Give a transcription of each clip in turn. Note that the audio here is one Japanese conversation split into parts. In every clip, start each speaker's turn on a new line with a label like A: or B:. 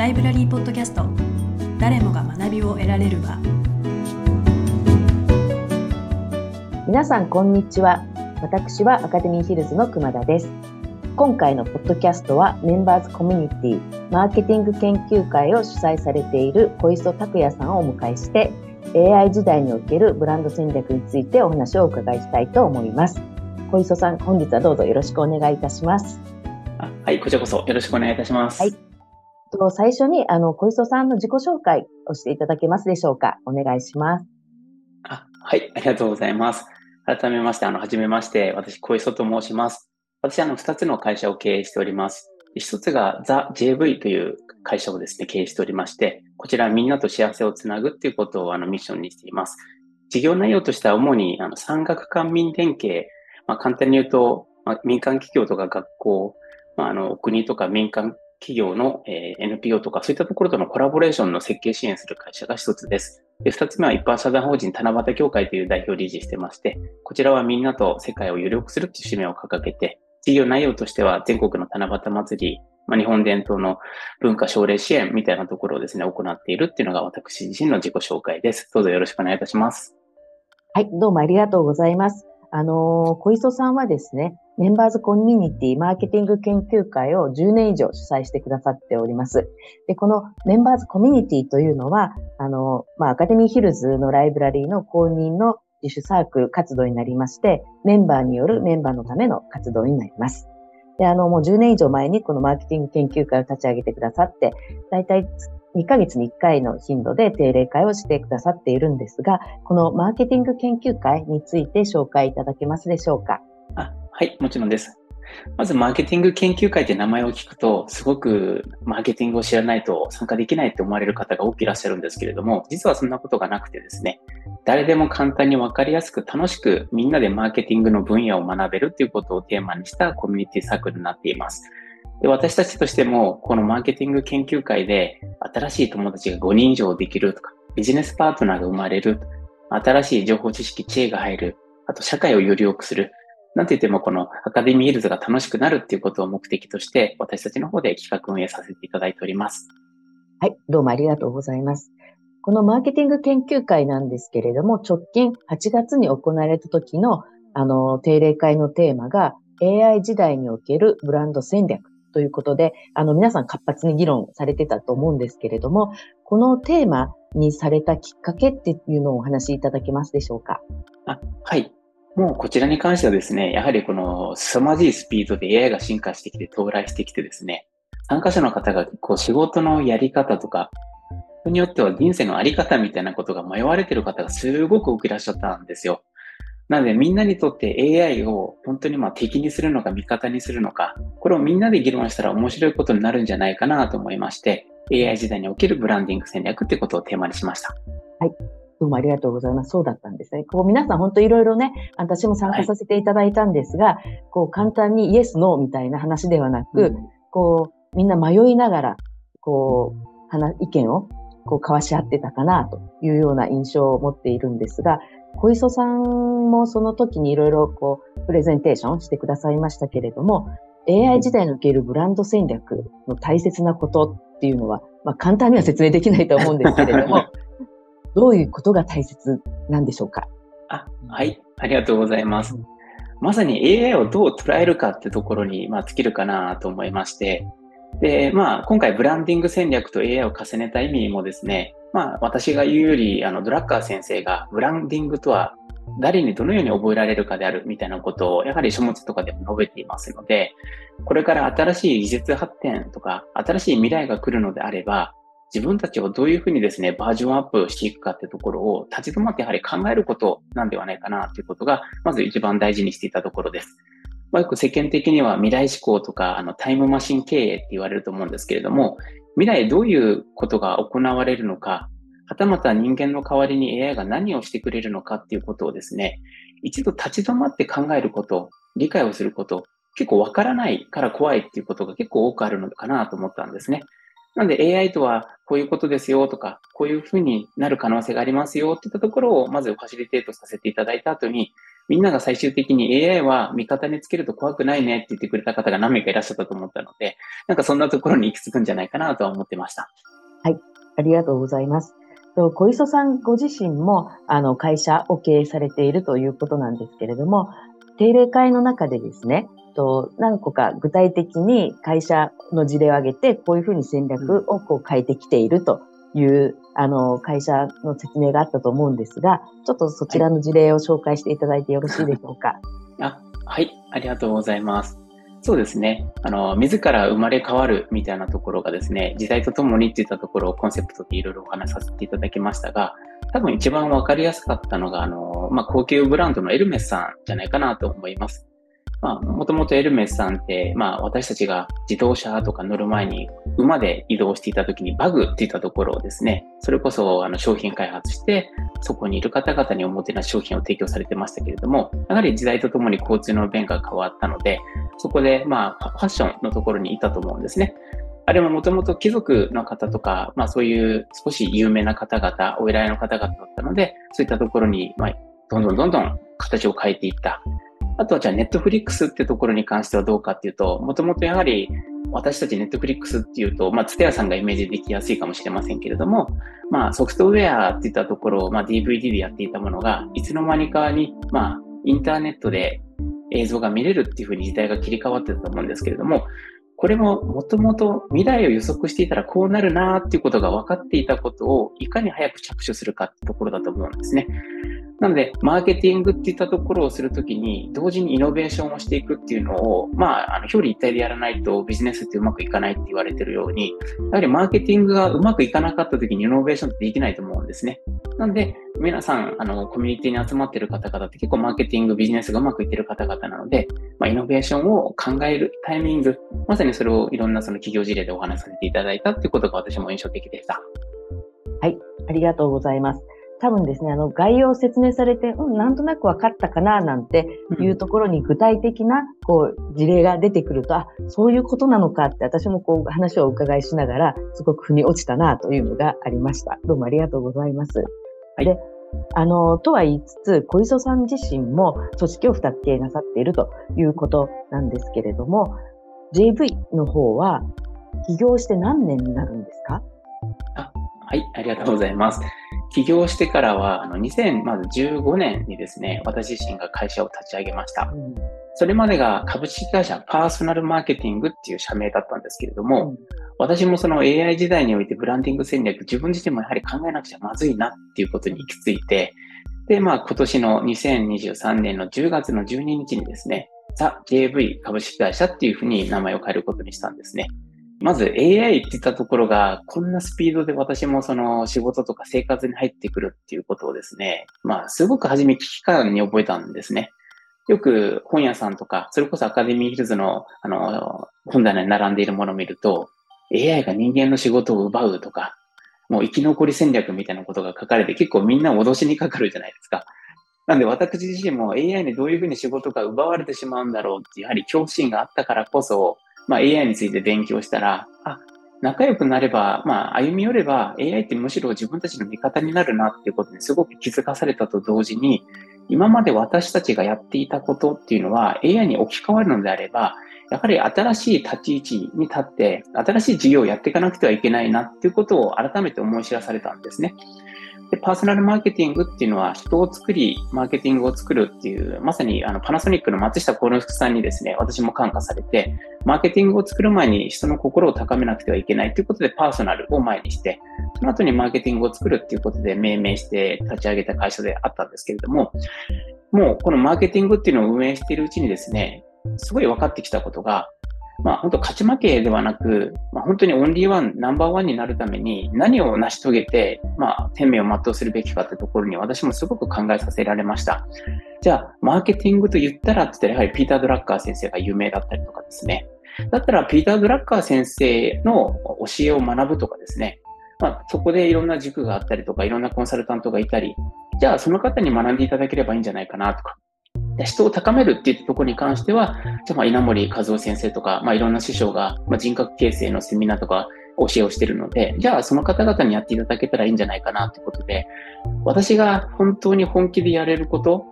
A: ライブラリーポッドキャスト、誰もが学びを得られる場。
B: 皆さんこんにちは。私はアカデミーヒルズの熊田です。今回のポッドキャストはメンバーズコミュニティマーケティング研究会を主催されている小磯拓也さんをお迎えして AI 時代におけるブランド戦略についてお話をお伺いしたいと思います。小磯さん、本日はどうぞよろしくお願いいたします。
C: はい、こちらこそよろしくお願いいたします。
B: はい、最初に小磯さんの自己紹介をしていただけますでしょうか。お願いします。
C: はい、ありがとうございます。改めまして、はじめまして、私、小磯と申します。私、2つの会社を経営しております。一つが THE-JV という会社をですね、経営しておりまして、こちらみんなと幸せをつなぐっていうことをミッションにしています。事業内容としては主に産学官民連携、簡単に言うと、民間企業とか学校、国とか民間企業の NPO とかそういったところとのコラボレーションの設計支援する会社が一つです。で、二つ目は一般社団法人七夕協会という代表理事してまして、こちらはみんなと世界をより良くするという使命を掲げて、事業内容としては全国の七夕祭り、日本伝統の文化奨励支援みたいなところをですね、行っているっていうのが私自身の自己紹介です。どうぞよろしくお願いいたします。
B: はい、どうもありがとうございます。小磯さんはですね、メンバーズコミュニティマーケティング研究会を10年以上主催してくださっております。で、このメンバーズコミュニティというのは、アカデミーヒルズのライブラリーの公認の自主サークル活動になりまして、メンバーによるメンバーのための活動になります。で、もう10年以上前にこのマーケティング研究会を立ち上げてくださって、だいたい2ヶ月に1回の頻度で定例会をしてくださっているんですが、このマーケティング研究会について紹介いただけますでしょうか。
C: はい、もちろんです。まずマーケティング研究会って名前を聞くと、すごくマーケティングを知らないと参加できないって思われる方が多くいらっしゃるんですけれども、実はそんなことがなくてですね、誰でも簡単に分かりやすく楽しくみんなでマーケティングの分野を学べるということをテーマにしたコミュニティサークルになっています。で、私たちとしてもこのマーケティング研究会で新しい友達が5人以上できるとか、ビジネスパートナーが生まれる、新しい情報知識知恵が入る、あと社会をより良くする、なんて言ってもこのアカデミーヒルズが楽しくなるっていうことを目的として私たちの方で企画運営させていただいております。
B: はい、どうもありがとうございます。このマーケティング研究会なんですけれども、直近8月に行われた時の定例会のテーマが AI 時代におけるブランド戦略ということで、皆さん活発に議論されてたと思うんですけれども、このテーマにされたきっかけっていうのをお話しいただけますでしょうか。
C: はい。もうこちらに関してはですね、やはりこの凄まじいスピードで AI が進化してきて到来してきてですね、参加者の方が仕事のやり方とか、人によっては人生のあり方みたいなことが迷われている方がすごく多くいらっしゃったんですよ。なのでみんなにとって AI を本当に敵にするのか味方にするのか、これをみんなで議論したら面白いことになるんじゃないかなと思いまして、AI 時代におけるブランディング戦略っていうことをテーマにしました。
B: はい。どうもありがとうございます。そうだったんですね。皆さん本当いろいろね、私も参加させていただいたんですが、簡単にイエス、ノーみたいな話ではなく、みんな迷いながら、意見を交わし合ってたかなというような印象を持っているんですが、小磯さんもその時にいろいろプレゼンテーションしてくださいましたけれども、AI 時代におけるブランド戦略の大切なことっていうのは、簡単には説明できないと思うんですけれども、どういうことが大切なんでしょうか。
C: はい、ありがとうございます。まさに AI をどう捉えるかってところに尽きるかなと思いまして、で、今回ブランディング戦略と AI を重ねた意味もですね、私が言うよりドラッカー先生がブランディングとは誰にどのように覚えられるかであるみたいなことをやはり書物とかでも述べていますので、これから新しい技術発展とか新しい未来が来るのであれば、自分たちをどういうふうにですね、バージョンアップしていくかってところを立ち止まってやはり考えることなんではないかなということが、まず一番大事にしていたところです。よく世間的には未来志向とかタイムマシン経営って言われると思うんですけれども、未来どういうことが行われるのか、はたまた人間の代わりに AI が何をしてくれるのかっていうことをですね、一度立ち止まって考えること、理解をすること、結構わからないから怖いっていうことが結構多くあるのかなと思ったんですね。なので AI とはこういうことですよとか、こういうふうになる可能性がありますよっていったところをまずファシリテートさせていただいた後に、 みんなが最終的に AI は味方につけると怖くないねって言ってくれた方が何名かいらっしゃったと思ったので、なんかそんなところに行き着くんじゃないかなとは思ってました。
B: はい、ありがとうございます。小磯さんご自身も会社を経営されているということなんですけれども、定例会の中でですね、何個か具体的に会社の事例を挙げて、こういうふうに戦略を変えてきているという会社の説明があったと思うんですが、ちょっとそちらの事例を紹介していただいてよろしいでしょうか。
C: はい、ありがとうございます。そうですね。自ら生まれ変わるみたいなところがですね、時代とともにっていったところをコンセプトでいろいろお話しさせていただきましたが、多分一番わかりやすかったのが、高級ブランドのエルメスさんじゃないかなと思います。もともとエルメスさんって、私たちが自動車とか乗る前に馬で移動していた時にバグっていったところをですね、それこそ商品開発して、そこにいる方々におもてなし商品を提供されてましたけれども、やはり時代とともに交通の便が変わったので、そこでファッションのところにいたと思うんですね。あれももともと貴族の方とか、そういう少し有名な方々、お偉いの方々だったので、そういったところに、どんどん形を変えていった。あとはじゃあネットフリックスってところに関してはどうかっていうと、もともとやはり私たちネットフリックスっていうと、ツタヤさんがイメージできやすいかもしれませんけれども、ソフトウェアっていったところを、DVD でやっていたものが、いつの間にかに、インターネットで映像が見れるっていうふうに時代が切り替わってたと思うんですけれども、これももともと未来を予測していたらこうなるなっていうことが分かっていたことをいかに早く着手するかってところだと思うんですね。なので、マーケティングっていったところをするときに、同時にイノベーションをしていくっていうのを、表裏一体でやらないとビジネスってうまくいかないって言われているように、やはりマーケティングがうまくいかなかったときにイノベーションってできないと思うんですね。なので、皆さん、コミュニティに集まっている方々って結構マーケティング、ビジネスがうまくいっている方々なので、イノベーションを考えるタイミング、まさにそれをいろんなその企業事例でお話しさせていただいたっていうことが私も印象的でした。
B: はい、ありがとうございます。多分ですね、概要を説明されて、なんとなく分かったかな、なんていうところに具体的な、事例が出てくると、そういうことなのかって、私も話をお伺いしながら、すごく腑に落ちたな、というのがありました。どうもありがとうございます。はい。で、とは言いつつ、小磯さん自身も組織を2つ経営なさっているということなんですけれども、JV の方は起業して何年になるんですか？
C: はい、ありがとうございます。起業してからは、2015年にですね、私自身が会社を立ち上げました。それまでが株式会社パーソナルマーケティングっていう社名だったんですけれども、私もその AI 時代においてブランディング戦略、自分自身もやはり考えなくちゃまずいなっていうことに行き着いて、で、今年の2023年の10月の12日にですね、JV 株式会社っていうふうに名前を変えることにしたんですね。まず AI って言ったところがこんなスピードで私もその仕事とか生活に入ってくるっていうことをですね、すごく初め危機感に覚えたんですね。よく本屋さんとか、それこそアカデミーヒルズの本棚に並んでいるものを見ると、AI が人間の仕事を奪うとか、もう生き残り戦略みたいなことが書かれて結構みんな脅しにかかるじゃないですか。なんで私自身も AI にどういうふうに仕事が奪われてしまうんだろうってやはり恐怖心があったからこそ、AI について勉強したら、仲良くなれば、歩み寄れば AI ってむしろ自分たちの味方になるなっていうことにすごく気づかされたと同時に、今まで私たちがやっていたことっていうのは AI に置き換わるのであれば、やはり新しい立ち位置に立って、新しい事業をやっていかなくてはいけないなっていうことを改めて思い知らされたんですね。で、パーソナルマーケティングっていうのは人を作り、マーケティングを作るっていう、まさにパナソニックの松下幸之助さんにですね、私も感化されて、マーケティングを作る前に人の心を高めなくてはいけないということでパーソナルを前にして、その後にマーケティングを作るっていうことで命名して立ち上げた会社であったんですけれども、もうこのマーケティングっていうのを運営しているうちにですね、すごい分かってきたことが、本当勝ち負けではなく、本当にオンリーワン、ナンバーワンになるために何を成し遂げて、天命を全うするべきかってところに私もすごく考えさせられました。じゃあ、マーケティングと言ったらって言ったらやはりピーター・ドラッカー先生が有名だったりとかですね。だったらピーター・ドラッカー先生の教えを学ぶとかですね。そこでいろんな塾があったりとか、いろんなコンサルタントがいたり、じゃあその方に学んでいただければいいんじゃないかなとか。人を高めるっていったところに関しては、じゃあ稲森和夫先生とか、いろんな師匠が人格形成のセミナーとか教えをしているので、じゃあその方々にやっていただけたらいいんじゃないかなということで、私が本当に本気でやれること、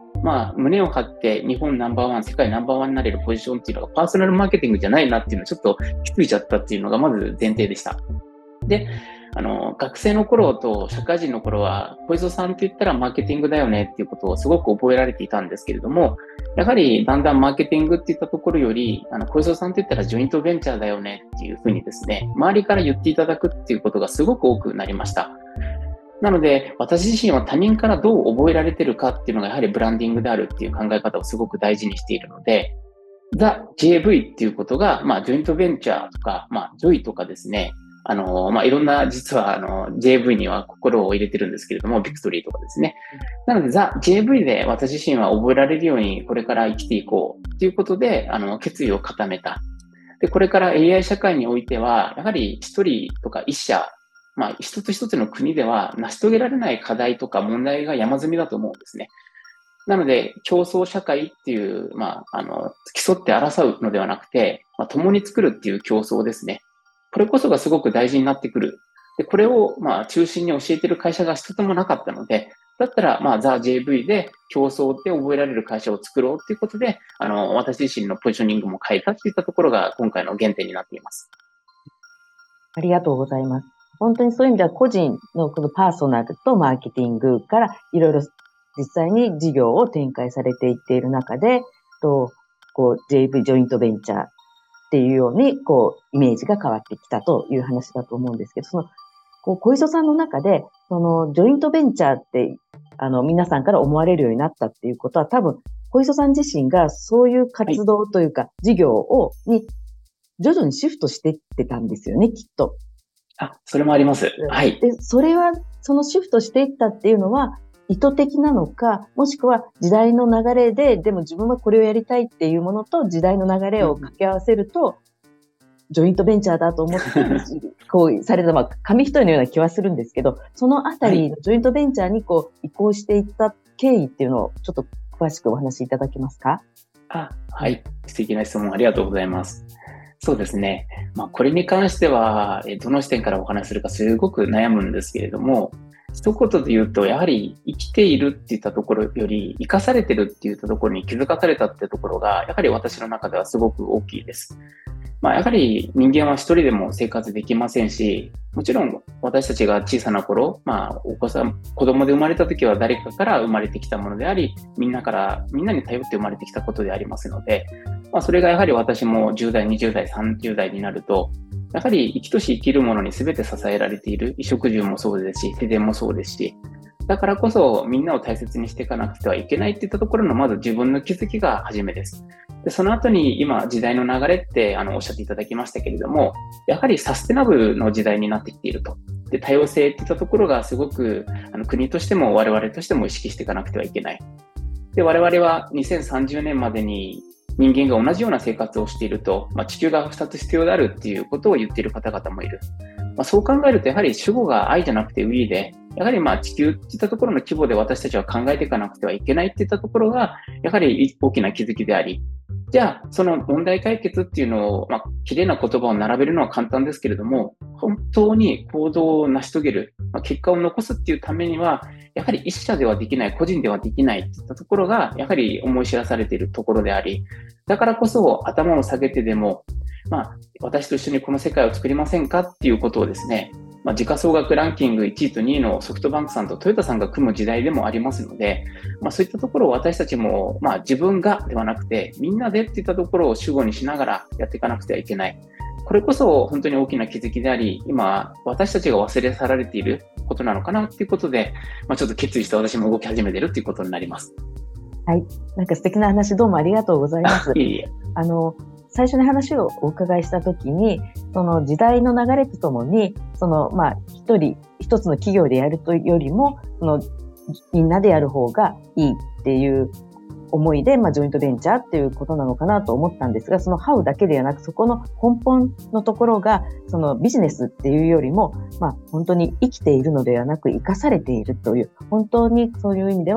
C: 胸を張って日本ナンバーワン、世界ナンバーワンになれるポジションっていうのがパーソナルマーケティングじゃないなっていうのをちょっと気づいちゃったっていうのがまず前提でした。で、学生の頃と社会人の頃は、小磯さんって言ったらマーケティングだよねっていうことをすごく覚えられていたんですけれども、やはりだんだんマーケティングっていったところより、小磯さんって言ったらジョイントベンチャーだよねっていうふうにですね、周りから言っていただくっていうことがすごく多くなりました。なので、私自身は他人からどう覚えられてるかっていうのがやはりブランディングであるっていう考え方をすごく大事にしているので、ザ・ JV っていうことが、ジョイントベンチャーとか、ジョイとかですね、いろんな、実は、JV には心を入れてるんですけれども、ビクトリーとかですね。なので、ザ・ JV で私自身は覚えられるように、これから生きていこうっていうことで、決意を固めた。で、これから AI 社会においては、やはり一人とか一社、一つ一つの国では成し遂げられない課題とか問題が山積みだと思うんですね。なので、競争社会っていう、競って争うのではなくて、共に作るっていう競争ですね。これこそがすごく大事になってくる。で、これを、中心に教えている会社が一つもなかったので、だったら、ザ・ JV で競争って覚えられる会社を作ろうということで、私自身のポジショニングも変えたといったところが今回の原点になっています。
B: ありがとうございます。本当にそういう意味では個人のこのパーソナルとマーケティングからいろいろ実際に事業を展開されていっている中で、JV ジョイントベンチャーっていうようにイメージが変わってきたという話だと思うんですけど、小磯さんの中でジョイントベンチャーって皆さんから思われるようになったっていうことは、多分小磯さん自身がそういう活動というか、事業に徐々にシフトしていってたんですよね、きっと。
C: それもあります。はい。
B: で、そのシフトしていったっていうのは意図的なのか、もしくは時代の流れで、でも自分はこれをやりたいっていうものと時代の流れを掛け合わせると、ジョイントベンチャーだと思ってされた、紙一重のような気はするんですけど、そのあたりのジョイントベンチャーに移行していった経緯っていうのをちょっと詳しくお話しいただけますか？
C: はい。素敵な質問ありがとうございます。そうですね。これに関しては、どの視点からお話しするかすごく悩むんですけれども、一言で言うと、やはり生きているっていったところより、生かされてるっていったところに気づかされたってところが、やはり私の中ではすごく大きいです。やはり人間は一人でも生活できませんし、もちろん私たちが小さな頃、子供で生まれた時は誰かから生まれてきたものであり、みんなに頼って生まれてきたことでありますので、それがやはり私も10代、20代、30代になると、やはり生きとし生きるものに全て支えられている、衣食住もそうですし、自然もそうですし、だからこそみんなを大切にしていかなくてはいけないっていったところのまず自分の気づきが初めです。で、その後に今時代の流れっておっしゃっていただきましたけれども、やはりサステナブルの時代になってきていると。で、多様性っていったところがすごく国としても我々としても意識していかなくてはいけない。で、我々は2030年までに人間が同じような生活をしていると、地球が2つ必要であるっていうことを言っている方々もいる。そう考えるとやはり主語が愛じゃなくて we で、やはり地球っていったところの規模で私たちは考えていかなくてはいけないっていったところがやはり大きな気づきであり、じゃあその問題解決っていうのを、綺麗な言葉を並べるのは簡単ですけれども、本当に行動を成し遂げる、結果を残すっていうためにはやはり一社ではできない、個人ではできないっていったところがやはり思い知らされているところであり、だからこそ頭を下げてでも私と一緒にこの世界を作りませんかっていうことをですね、時価総額ランキング1位と2位のソフトバンクさんとトヨタさんが組む時代でもありますので、そういったところを私たちも、自分がではなくてみんなでっていったところを主語にしながらやっていかなくてはいけない。これこそ本当に大きな気づきであり、今私たちが忘れ去られていることなのかなっていうことで、ちょっと決意して私も動き始めているっていうことになります。
B: はい。なんか素敵な話どうもありがとうございます。
C: いえいえ。
B: 最初に話をお伺いしたときに、その時代の流れとともに、一つの企業でやるというよりも、みんなでやる方がいいっていう思いで、ジョイントベンチャーっていうことなのかなと思ったんですが、その How だけではなく、そこの根本のところが、そのビジネスっていうよりも、本当に生きているのではなく、生かされているという、本当にそういう意味では、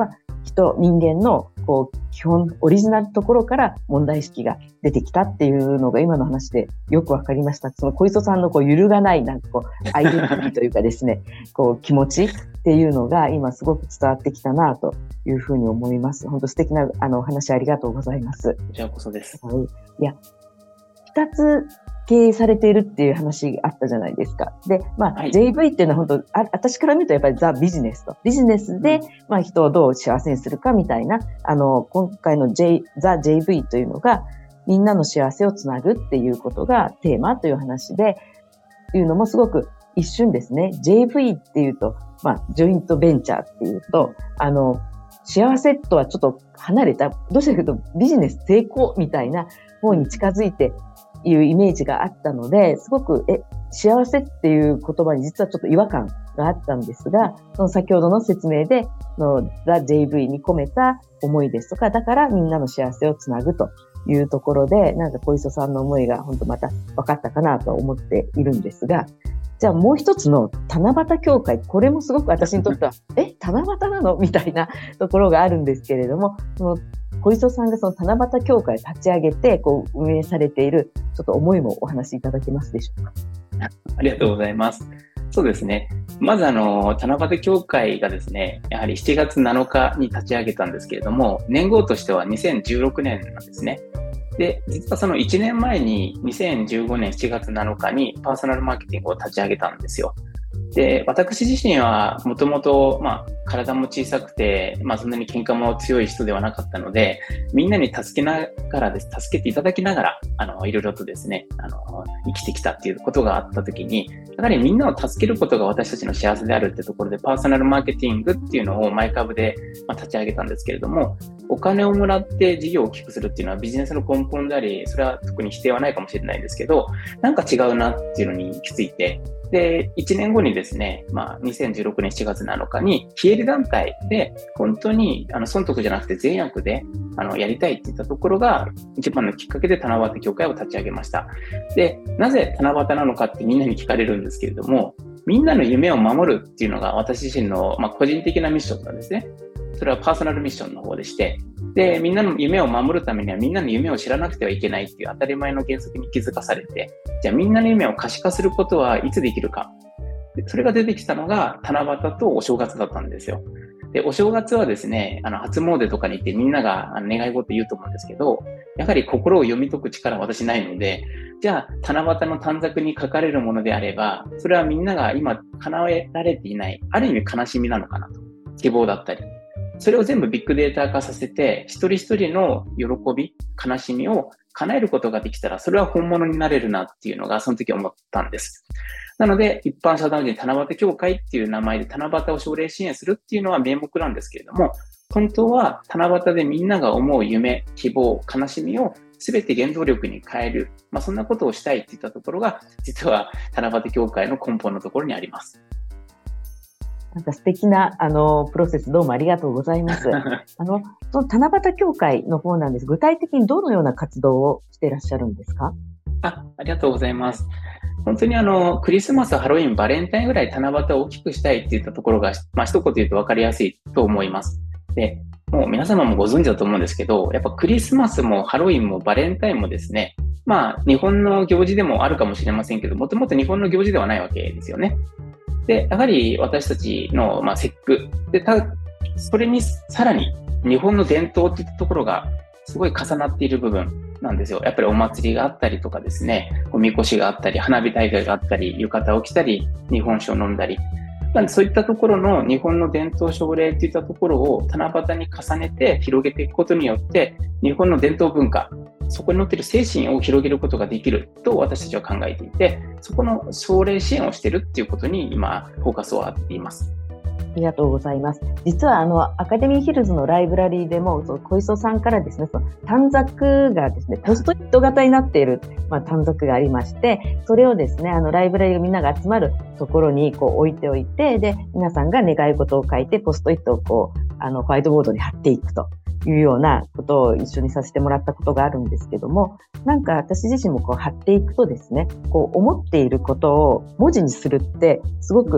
B: 人間の基本オリジナルところから問題意識が出てきたっていうのが今の話でよくわかりました。その小磯さんの揺るがないアイデンティティというかですね、気持ちっていうのが今すごく伝わってきたなというふうに思います。本当素敵なお話ありがとうございます。こ
C: ちらこそです。
B: いや、2つ経営されているっていう話があったじゃないですか。で、はい、JV っていうのは本当、私から見るとやっぱりザ・ビジネスと。ビジネスで、人をどう幸せにするかみたいな、今回のザ・JV というのが、みんなの幸せをつなぐっていうことがテーマという話で、いうのもすごく一瞬ですね。JV っていうと、ジョイントベンチャーっていうと、幸せとはちょっと離れた、どうしてかというとビジネス成功みたいな方に近づいていうイメージがあったので、すごく、幸せっていう言葉に実はちょっと違和感があったんですが、その先ほどの説明で、ザ・ JV に込めた思いですとか、だからみんなの幸せをつなぐというところで、小磯さんの思いが本当また分かったかなと思っているんですが、じゃあもう一つの七夕協会、これもすごく私にとっては、七夕なのみたいなところがあるんですけれども、小磯さんがその七夕協会を立ち上げて、運営されている、ちょっと思いもお話しいただけますでしょうか。
C: ありがとうございます。そうですね。まず七夕協会がですね、やはり7月7日に立ち上げたんですけれども、年号としては2016年なんですね。で、実はその1年前に2015年7月7日にパーソナルマーケティングを立ち上げたんですよ。で、私自身はもともと、体も小さくて、そんなに喧嘩も強い人ではなかったので、みんなに助けていただきながら、いろいろとですね、生きてきたっていうことがあったときに、やはりみんなを助けることが私たちの幸せであるってところで、パーソナルマーケティングっていうのを前株で立ち上げたんですけれども、お金をもらって事業を大きくするっていうのはビジネスの根本であり、それは特に否定はないかもしれないんですけど、なんか違うなっていうのに気づいて、で、1年後にですね、2016年7月7日に、非営利団体で、本当に、損得じゃなくて善悪で、やりたいって言ったところが、一番のきっかけで七夕協会を立ち上げました。で、なぜ七夕なのかってみんなに聞かれるんですけれども、みんなの夢を守るっていうのが私自身の、個人的なミッションなんですね。それはパーソナルミッションの方でして、で、みんなの夢を守るためにはみんなの夢を知らなくてはいけないっていう当たり前の原則に気づかされて、じゃあみんなの夢を可視化することはいつできるか。それが出てきたのが七夕とお正月だったんですよ。で、お正月はですね、初詣とかに行ってみんなが願い事言うと思うんですけど、やはり心を読み解く力は私ないので、じゃあ七夕の短冊に書かれるものであれば、それはみんなが今叶えられていない、ある意味悲しみなのかなと。希望だったり。それを全部ビッグデータ化させて、一人一人の喜び、悲しみを叶えることができたら、それは本物になれるなっていうのが、その時思ったんです。なので、一般社団人七夕協会っていう名前で七夕を奨励支援するっていうのは名目なんですけれども、本当は七夕でみんなが思う夢、希望、悲しみを全て原動力に変える。そんなことをしたいっていったところが、実は七夕協会の根本のところにあります。
B: 素敵な、プロセスどうもありがとうございます。その七夕協会の方なんです。具体的にどのような活動をしていらっしゃるんですか？
C: ありがとうございます。本当にクリスマス、ハロウィン、バレンタインぐらい七夕を大きくしたいっていったところが、一言言うと分かりやすいと思います。で、もう皆様もご存知だと思うんですけど、やっぱクリスマスもハロウィンもバレンタインもですね、日本の行事でもあるかもしれませんけど、もともと日本の行事ではないわけですよね。で、やはり私たちの、節句で、それにさらに日本の伝統っていったところがすごい重なっている部分なんですよ。やっぱりお祭りがあったりとかですね、おみこしがあったり、花火大会があったり、浴衣を着たり、日本酒を飲んだり、そういったところの日本の伝統奨励っていったところを七夕に重ねて広げていくことによって、日本の伝統文化、そこに載っている精神を広げることができると私たちは考えていて、そこの奨励支援をしているっていうことに今フォーカスを当てています。
B: ありがとうございます。実はアカデミーヒルズのライブラリーでも小磯さんからですね、短冊がですね、ポストイット型になっている、短冊がありまして、それをですね、ライブラリーがみんなが集まるところに置いておいて、で、皆さんが願い事を書いて、ポストイットをホワイトボードに貼っていくというようなことを一緒にさせてもらったことがあるんですけども、私自身も貼っていくとですね、思っていることを文字にするってすごく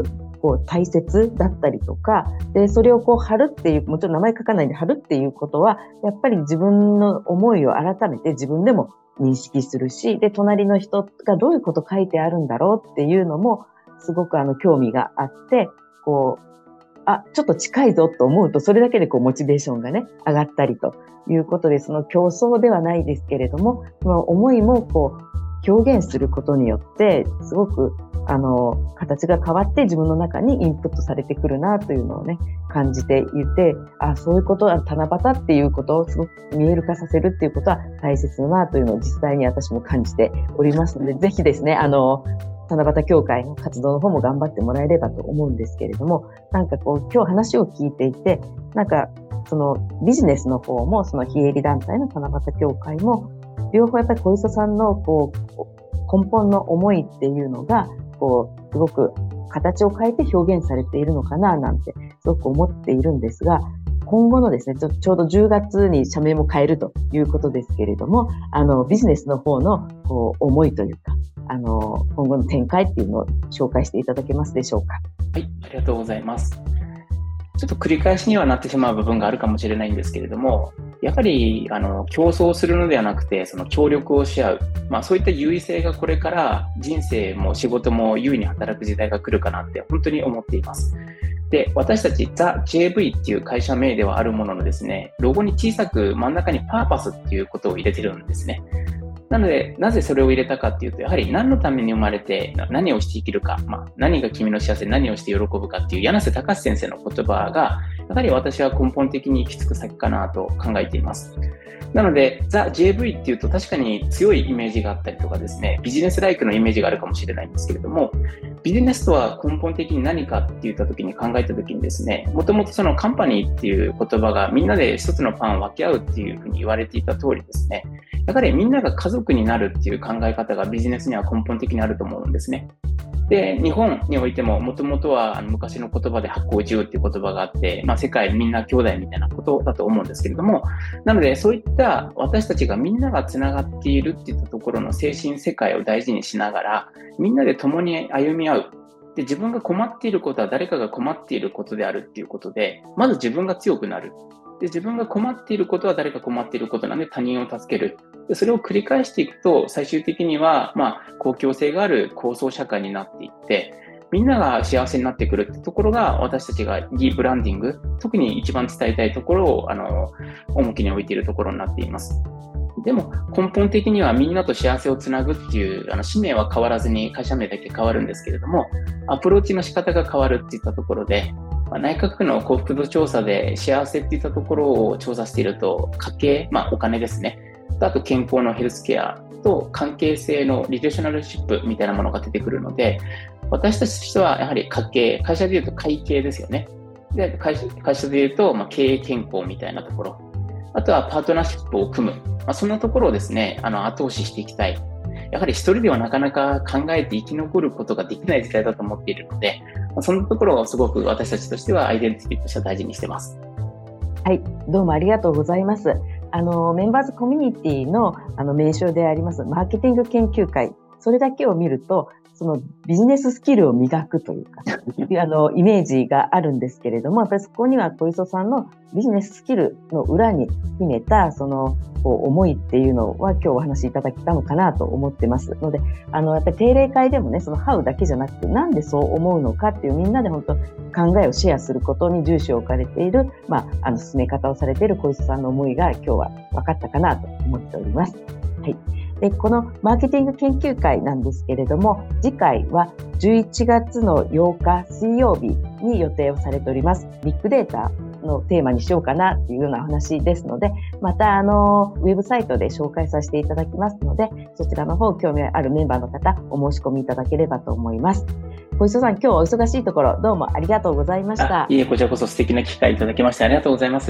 B: 大切だったりとか、で、それを貼るっていう、もちろん名前書かないで貼るっていうことは、やっぱり自分の思いを改めて自分でも認識するし、で、隣の人がどういうこと書いてあるんだろうっていうのも、すごく興味があって、ちょっと近いぞと思うと、それだけでモチベーションがね、上がったりということで、その競争ではないですけれども、その思いも表現することによって、すごく形が変わって自分の中にインプットされてくるなというのをね、感じていて、そういうことは七夕っていうことをすごく見える化させるっていうことは大切だなというのを実際に私も感じておりますので、ぜひですね、七夕協会の活動の方も頑張ってもらえればと思うんですけれども、今日話を聞いていて、そのビジネスの方も、その非営利団体の七夕協会も、両方やっぱり小磯さんの根本の思いっていうのが、すごく形を変えて表現されているのかななんてすごく思っているんですが、今後のですね、ちょうど10月に社名も変えるということですけれども、ビジネスの方の思いというか、今後の展開っていうのを紹介していただけますでしょうか。
C: はい、ありがとうございます。ちょっと繰り返しにはなってしまう部分があるかもしれないんですけれども、やはり競争するのではなくて、その協力をし合う、そういった優位性がこれから人生も仕事も優位に働く時代が来るかなって本当に思っています。で、私たちザ・ JV っていう会社名ではあるもののですね、ロゴに小さく真ん中にパーパスっていうことを入れてるんですね。なので、なぜそれを入れたかっていうと、やはり何のために生まれて何をして生きるか、何が君の幸せ、何をして喜ぶかっていう柳瀬隆先生の言葉が、やはり私は根本的に行き着く先かなと考えています。なので、ザ・ JV っていうと確かに強いイメージがあったりとかですね、ビジネスライクのイメージがあるかもしれないんですけれども、ビジネスとは根本的に何かって言った時に考えた時にですね、もともとそのカンパニーっていう言葉がみんなで一つのパンを分け合うっていうふうに言われていた通りですね、やはりみんなが家族になるっていう考え方がビジネスには根本的にあると思うんですね。で、日本においてももともとは昔の言葉で発酵自由っていう言葉があって、世界みんな兄弟みたいなことだと思うんですけれども、なのでそういった私たちがみんながつながっているっていったところの精神世界を大事にしながら、みんなで共に歩み合う。で、自分が困っていることは誰かが困っていることであるっていうことで、まず自分が強くなる。で、自分が困っていることは誰か困っていることなので他人を助ける。で、それを繰り返していくと、最終的には、公共性がある構想社会になっていって、みんなが幸せになってくるってところが、私たちがリブランディング、特に一番伝えたいところを、重きに置いているところになっています。でも、根本的にはみんなと幸せをつなぐっていう、使命は変わらずに会社名だけ変わるんですけれども、アプローチの仕方が変わるっていったところで、内閣府の幸福度調査で幸せっていったところを調査していると、家計、お金ですね。あと健康のヘルスケアと関係性のリレーショナルシップみたいなものが出てくるので、私たちとしてはやはり家計、会社でいうと会計ですよね。で、会社でいうと、経営健康みたいなところ。あとはパートナーシップを組む。そんなところをですね、後押ししていきたい。やはり一人ではなかなか考えて生き残ることができない時代だと思っているので、そんなところをすごく私たちとしてはアイデンティティとしては大事にしてます。
B: はい、どうもありがとうございます。メンバーズコミュニティの名称でありますマーケティング研究会、それだけを見ると、そのビジネススキルを磨くというか、イメージがあるんですけれども、やっぱりそこには小磯さんのビジネススキルの裏に秘めたその思いっていうのは今日お話しいただけたのかなと思ってますので、やっぱり定例会でもね、そのハウだけじゃなくて、なんでそう思うのかっていうみんなで本当考えをシェアすることに重視を置かれている、進め方をされている小磯さんの思いが今日は分かったかなと思っております。はい。で、このマーケティング研究会なんですけれども、次回は11月の8日水曜日に予定をされております。ビッグデータのテーマにしようかなっていうような話ですので、またウェブサイトで紹介させていただきますので、そちらの方興味あるメンバーの方お申し込みいただければと思います。小磯さん、今日お忙しいところどうもありがとうございました。
C: いえ、こちらこそ素敵な機会いただきましてありがとうございます。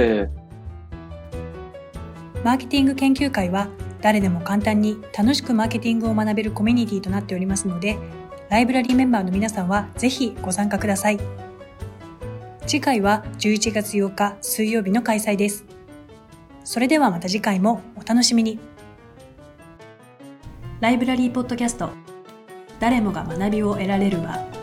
A: マーケティング研究会は誰でも簡単に楽しくマーケティングを学べるコミュニティとなっておりますので、ライブラリーメンバーの皆さんはぜひご参加ください。次回は11月8日水曜日の開催です。それではまた次回もお楽しみに。ライブラリーポッドキャスト、誰もが学びを得られる場。